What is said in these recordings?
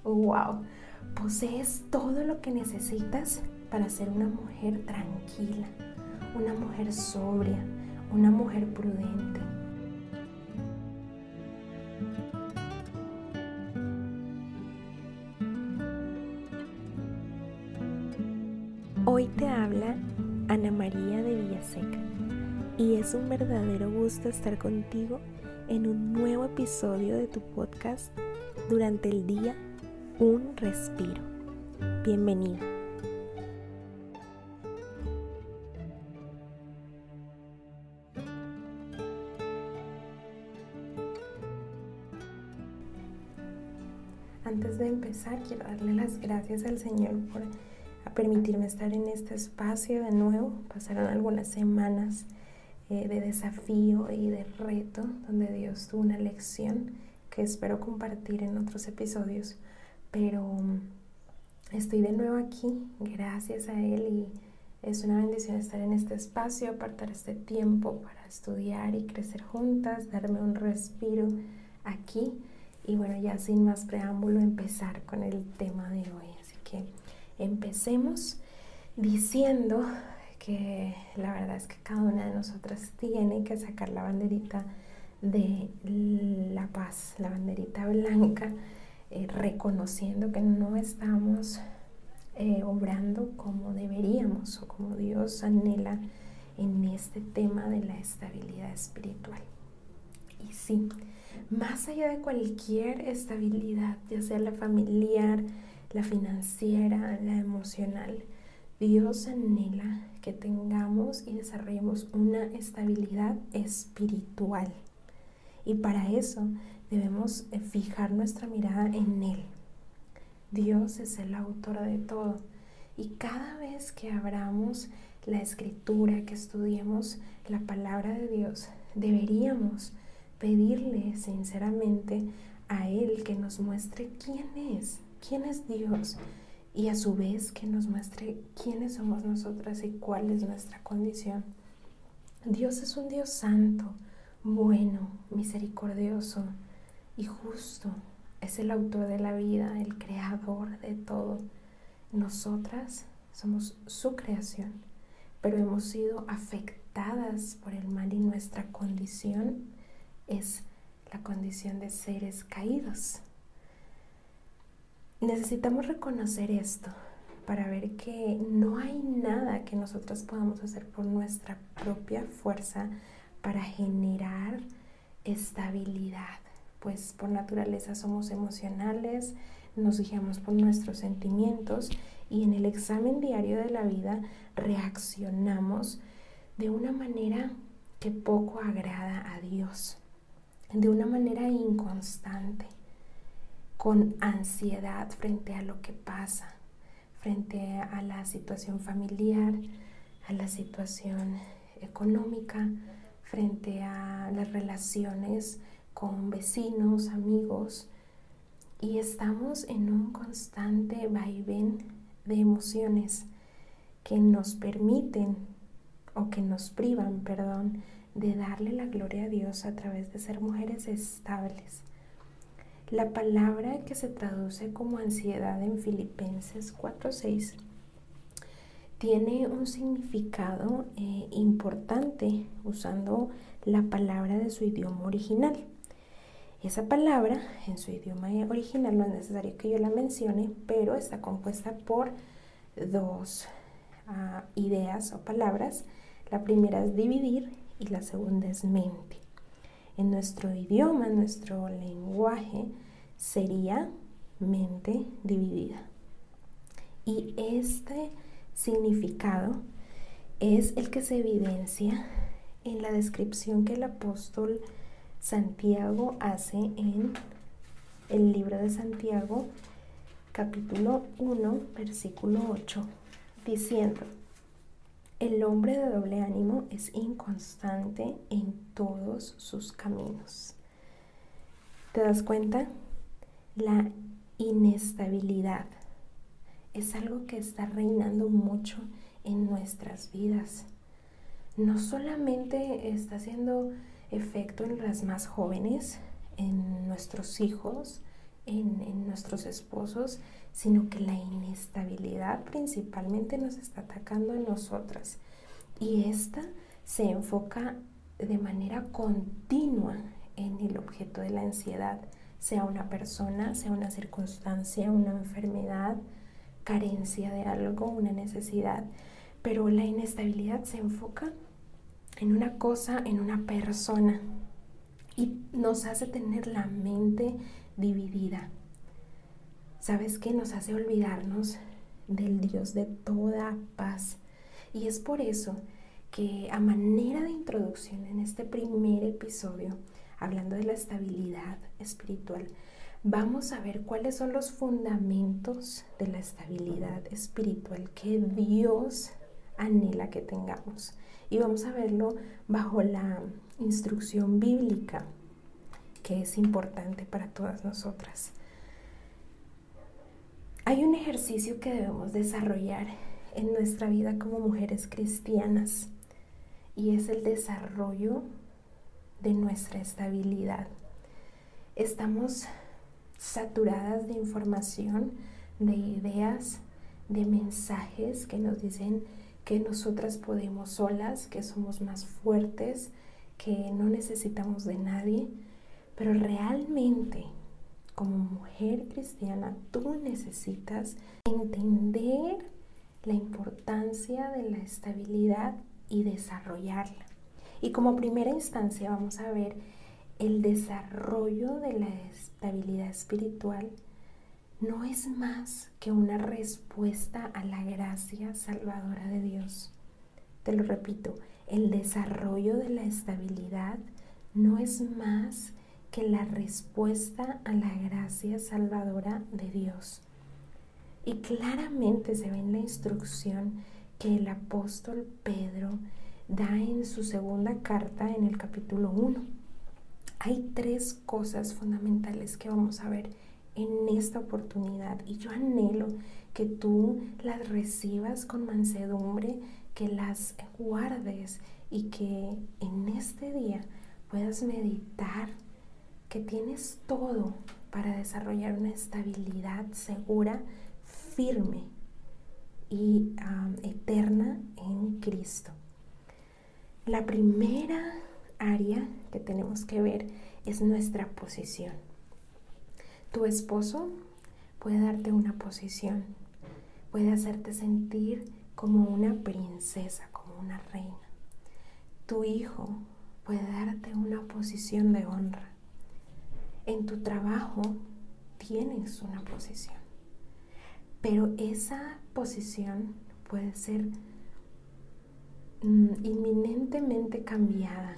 Wow, posees todo lo que necesitas para ser una mujer tranquila, una mujer sobria, una mujer prudente. Hoy te habla Ana María de Villaseca y es un verdadero gusto estar contigo en un nuevo episodio de tu podcast Durante el Día, un Respiro. Bienvenida. Antes de empezar, quiero darle las gracias al Señor por permitirme estar en este espacio de nuevo. Pasaron algunas semanas de desafío y de reto, donde Dios tuvo una lección que espero compartir en otros episodios, pero estoy de nuevo aquí, gracias a Él, y es una bendición estar en este espacio, apartar este tiempo para estudiar y crecer juntas, darme un respiro aquí. Y bueno, ya sin más preámbulo, empezar con el tema de hoy. Así que empecemos diciendo que la verdad es que cada una de nosotras tiene que sacar la banderita de la paz, la banderita blanca, reconociendo que no estamos obrando como deberíamos o como Dios anhela en este tema de la estabilidad espiritual. Y sí, más allá de cualquier estabilidad, ya sea la familiar, la financiera, la emocional, Dios anhela que tengamos y desarrollemos una estabilidad espiritual. Y para eso debemos fijar nuestra mirada en Él. Dios es el autor de todo. Y cada vez que abramos la Escritura, que estudiemos la palabra de Dios, deberíamos pedirle sinceramente a Él que nos muestre quién es Dios, y a su vez que nos muestre quiénes somos nosotras y cuál es nuestra condición. Dios es un Dios santo, bueno, misericordioso y justo. Es el autor de la vida, el creador de todo. Nosotras somos su creación, pero hemos sido afectadas por el mal y nuestra condición es la condición de seres caídos. Necesitamos reconocer esto para ver que no hay nada que nosotras podamos hacer por nuestra propia fuerza para generar estabilidad, pues por naturaleza somos emocionales, nos guiamos por nuestros sentimientos y en el examen diario de la vida reaccionamos de una manera que poco agrada a Dios, de una manera inconstante, con ansiedad frente a lo que pasa, frente a la situación familiar, a la situación económica, frente a las relaciones con vecinos, amigos, y estamos en un constante vaivén de emociones que nos permiten o que nos privan, de darle la gloria a Dios a través de ser mujeres estables. La palabra que se traduce como ansiedad en Filipenses 4:6 tiene un significado importante usando la palabra de su idioma original. Esa palabra en su idioma original no es necesario que yo la mencione, pero está compuesta por dos ideas o palabras. La primera es dividir y la segunda es mente. En nuestro idioma, en nuestro lenguaje, sería mente dividida. Y este significado es el que se evidencia en la descripción que el apóstol Santiago hace en el libro de Santiago, capítulo 1, versículo 8, diciendo: el hombre de doble ánimo es inconstante en todos sus caminos. ¿Te das cuenta? La inestabilidad es algo que está reinando mucho en nuestras vidas. No solamente está haciendo efecto en las más jóvenes, en nuestros hijos en nuestros esposos, sino que la inestabilidad principalmente nos está atacando a nosotras. Y esta se enfoca de manera continua en el objeto de la ansiedad, sea una persona, sea una circunstancia, una enfermedad, carencia de algo, una necesidad. Pero la inestabilidad se enfoca en una cosa, en una persona, y nos hace tener la mente dividida. ¿Sabes qué? Nos hace olvidarnos del Dios de toda paz. Y es por eso que, a manera de introducción en este primer episodio, hablando de la estabilidad espiritual, vamos a ver cuáles son los fundamentos de la estabilidad espiritual que Dios anhela que tengamos. Y vamos a verlo bajo la instrucción bíblica, que es importante para todas nosotras. Hay un ejercicio que debemos desarrollar en nuestra vida como mujeres cristianas, y es el desarrollo de nuestra estabilidad. Estamos saturadas de información, de ideas, de mensajes que nos dicen que nosotras podemos solas, que somos más fuertes, que no necesitamos de nadie, pero realmente, como mujer cristiana, tú necesitas entender la importancia de la estabilidad y desarrollarla. Y como primera instancia vamos a ver el desarrollo de la estabilidad espiritual. No es más que una respuesta a la gracia salvadora de Dios. Te lo repito, el desarrollo de la estabilidad no es más que la respuesta a la gracia salvadora de Dios. Y claramente se ve en la instrucción que el apóstol Pedro da en su segunda carta, en el capítulo 1. Hay 3 cosas fundamentales que vamos a ver en esta oportunidad, y yo anhelo que tú las recibas con mansedumbre, que las guardes y que en este día puedas meditar que tienes todo para desarrollar una estabilidad segura, firme y eterna en Cristo. La primera área que tenemos que ver es nuestra posición. Tu esposo puede darte una posición, puede hacerte sentir como una princesa, como una reina. Tu hijo puede darte una posición de honra. En tu trabajo tienes una posición, pero esa posición puede ser inminentemente cambiada,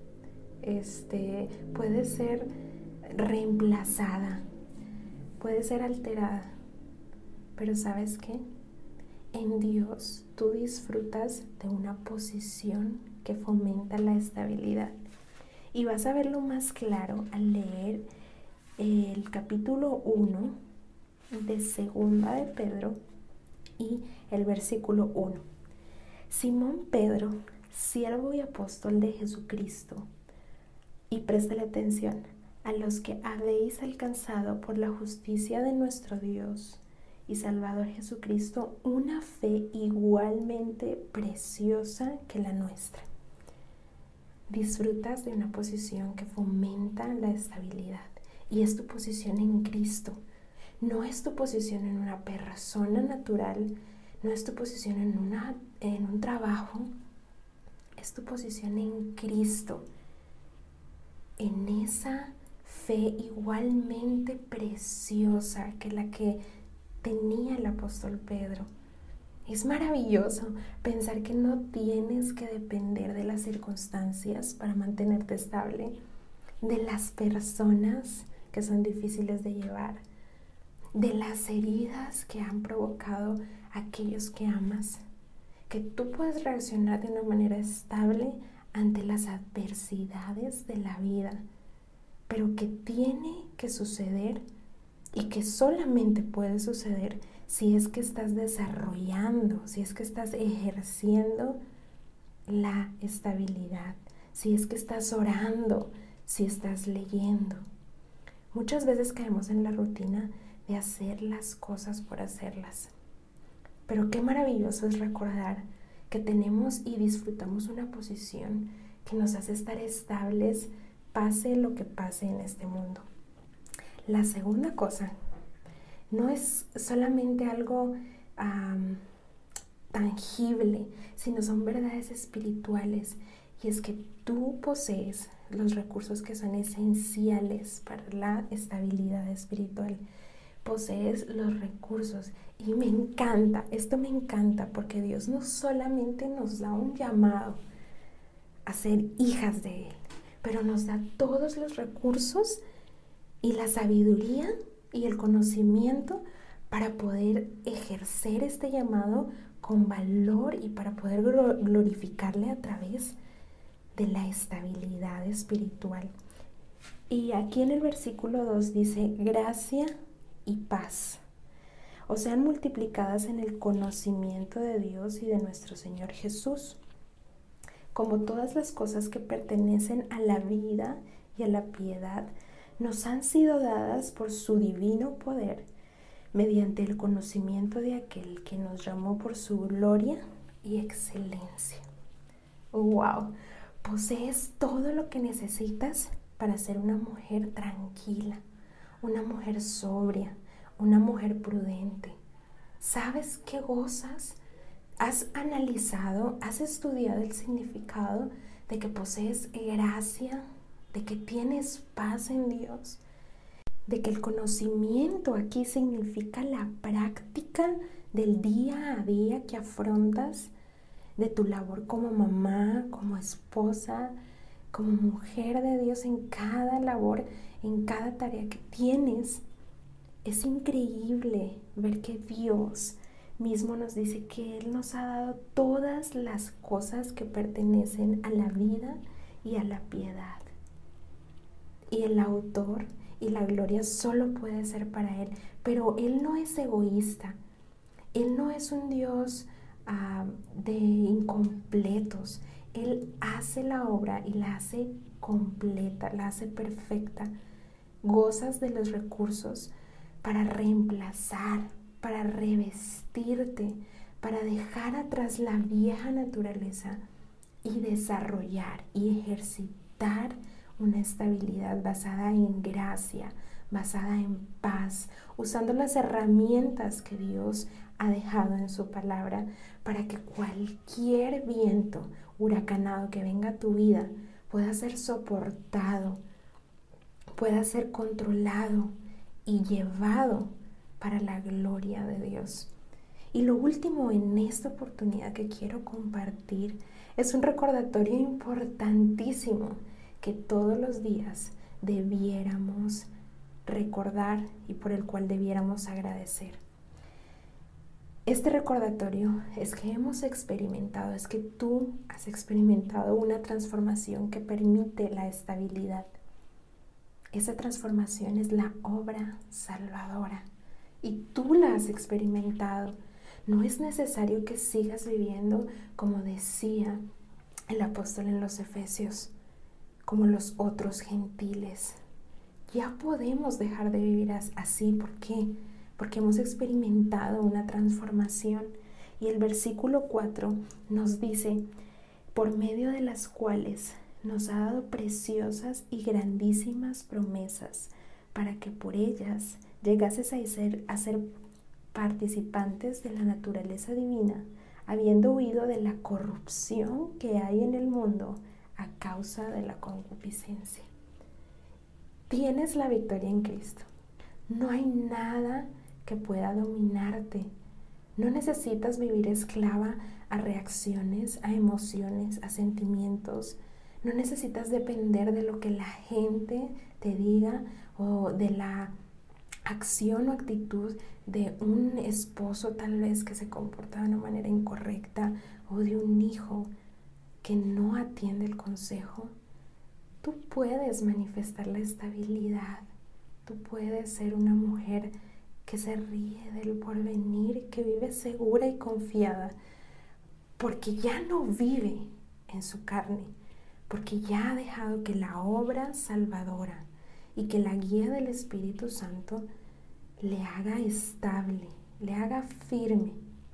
puede ser reemplazada, puede ser alterada, pero ¿sabes qué? En Dios tú disfrutas de una posición que fomenta la estabilidad, y vas a verlo más claro al leer el capítulo 1 de Segunda de Pedro y el versículo 1. Simón Pedro, siervo y apóstol de Jesucristo, y préstale atención, a los que habéis alcanzado por la justicia de nuestro Dios y Salvador Jesucristo una fe igualmente preciosa que la nuestra. Disfrutas de una posición que fomenta la estabilidad, y es tu posición en Cristo. No es tu posición en una persona natural, no es tu posición en un trabajo, es tu posición en Cristo, en esa fe igualmente preciosa que la que tenía el apóstol Pedro. Es maravilloso pensar que no tienes que depender de las circunstancias para mantenerte estable, de las personas que son difíciles de llevar, de las heridas que han provocado aquellos que amas, que tú puedes reaccionar de una manera estable ante las adversidades de la vida, pero que tiene que suceder y que solamente puede suceder si es que estás desarrollando, si es que estás ejerciendo la estabilidad, si es que estás orando, si estás leyendo. Muchas veces caemos en la rutina de hacer las cosas por hacerlas. Pero qué maravilloso es recordar que tenemos y disfrutamos una posición que nos hace estar estables, pase lo que pase en este mundo. La segunda cosa no es solamente algo tangible, sino son verdades espirituales. Y es que tú posees los recursos que son esenciales para la estabilidad espiritual. Posees los recursos y me encanta, esto me encanta porque Dios no solamente nos da un llamado a ser hijas de Él, pero nos da todos los recursos y la sabiduría y el conocimiento para poder ejercer este llamado con valor y para poder glorificarle a través de la estabilidad espiritual. Y aquí en el versículo 2 dice, gracia y paz, o sean multiplicadas en el conocimiento de Dios y de nuestro Señor Jesús, como todas las cosas que pertenecen a la vida y a la piedad, nos han sido dadas por su divino poder, mediante el conocimiento de aquel que nos llamó por su gloria y excelencia. ¡Wow! Posees todo lo que necesitas para ser una mujer tranquila, una mujer sobria, una mujer prudente. ¿Sabes qué gozas? ¿Has analizado, has estudiado el significado de que posees gracia, de que tienes paz en Dios, de que el conocimiento aquí significa la práctica del día a día que afrontas, de tu labor como mamá, como esposa, como mujer de Dios en cada labor, en cada tarea que tienes? Es increíble ver que Dios mismo nos dice que Él nos ha dado todas las cosas que pertenecen a la vida y a la piedad. Y el autor y la gloria solo puede ser para Él, pero Él no es egoísta. Él no es un Dios de incompletos. Él hace la obra y la hace completa, la hace perfecta. Gozas de los recursos para reemplazar, para revestirte, para dejar atrás la vieja naturaleza y desarrollar y ejercitar una estabilidad basada en gracia, basada en paz, usando las herramientas que Dios ha dejado en su palabra para que cualquier viento huracanado que venga a tu vida pueda ser soportado, pueda ser controlado y llevado para la gloria de Dios. Y lo último en esta oportunidad que quiero compartir es un recordatorio importantísimo que todos los días debiéramos recordar y por el cual debiéramos agradecer. Este recordatorio es que hemos experimentado, es que tú has experimentado una transformación que permite la estabilidad. Esa transformación es la obra salvadora y tú la has experimentado. No es necesario que sigas viviendo como decía el apóstol en los Efesios, como los otros gentiles. Ya podemos dejar de vivir así. ¿Por qué? Porque hemos experimentado una transformación. Y el versículo 4 nos dice, por medio de las cuales nos ha dado preciosas y grandísimas promesas, para que por ellas llegases a ser participantes de la naturaleza divina, habiendo huido de la corrupción que hay en el mundo a causa de la concupiscencia. Tienes la victoria en Cristo. No hay nada que pueda dominarte. No necesitas vivir esclava a reacciones, a emociones, a sentimientos. No necesitas depender de lo que la gente te diga o de la acción o actitud de un esposo tal vez que se comporta de una manera incorrecta o de un hijo que no atiende el consejo. Tú puedes manifestar la estabilidad. Tú puedes ser una mujer que se ríe del porvenir, que vive segura y confiada, porque ya no vive en su carne, porque ya ha dejado que la obra salvadora y que la guía del Espíritu Santo le haga estable, le haga firme.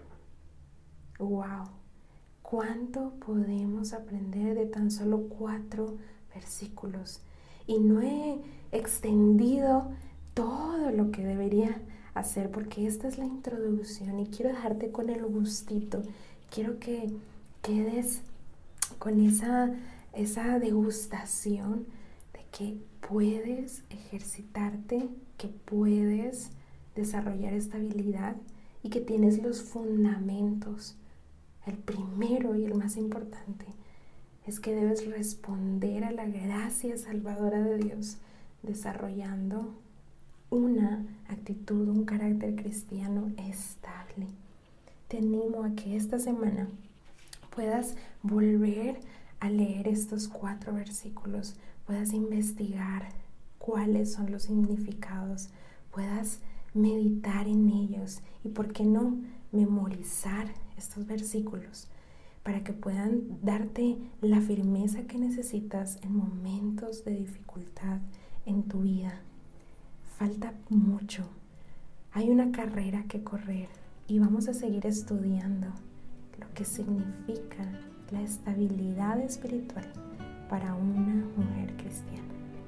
¡Wow! ¿Cuánto podemos aprender de tan solo 4 versículos? Y no he extendido todo lo que debería hacer porque esta es la introducción y quiero dejarte con el gustito. Quiero que quedes con esa degustación de que puedes ejercitarte, que puedes desarrollar esta habilidad y que tienes los fundamentos. El primero y el más importante es que debes responder a la gracia salvadora de Dios desarrollando una actitud, un carácter cristiano estable. Te animo a que esta semana puedas volver a leer estos 4 versículos, puedas investigar cuáles son los significados, puedas meditar en ellos y, ¿por qué no?, memorizar estos versículos para que puedan darte la firmeza que necesitas en momentos de dificultad en tu vida. Falta mucho, hay una carrera que correr y vamos a seguir estudiando lo que significa la estabilidad espiritual para una mujer cristiana.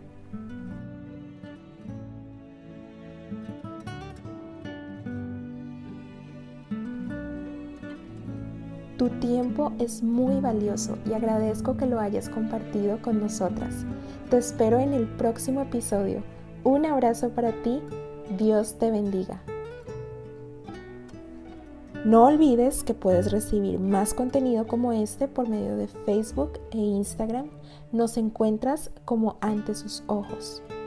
Tu tiempo es muy valioso y agradezco que lo hayas compartido con nosotras. Te espero en el próximo episodio. Un abrazo para ti. Dios te bendiga. No olvides que puedes recibir más contenido como este por medio de Facebook e Instagram. Nos encuentras como Ante sus ojos.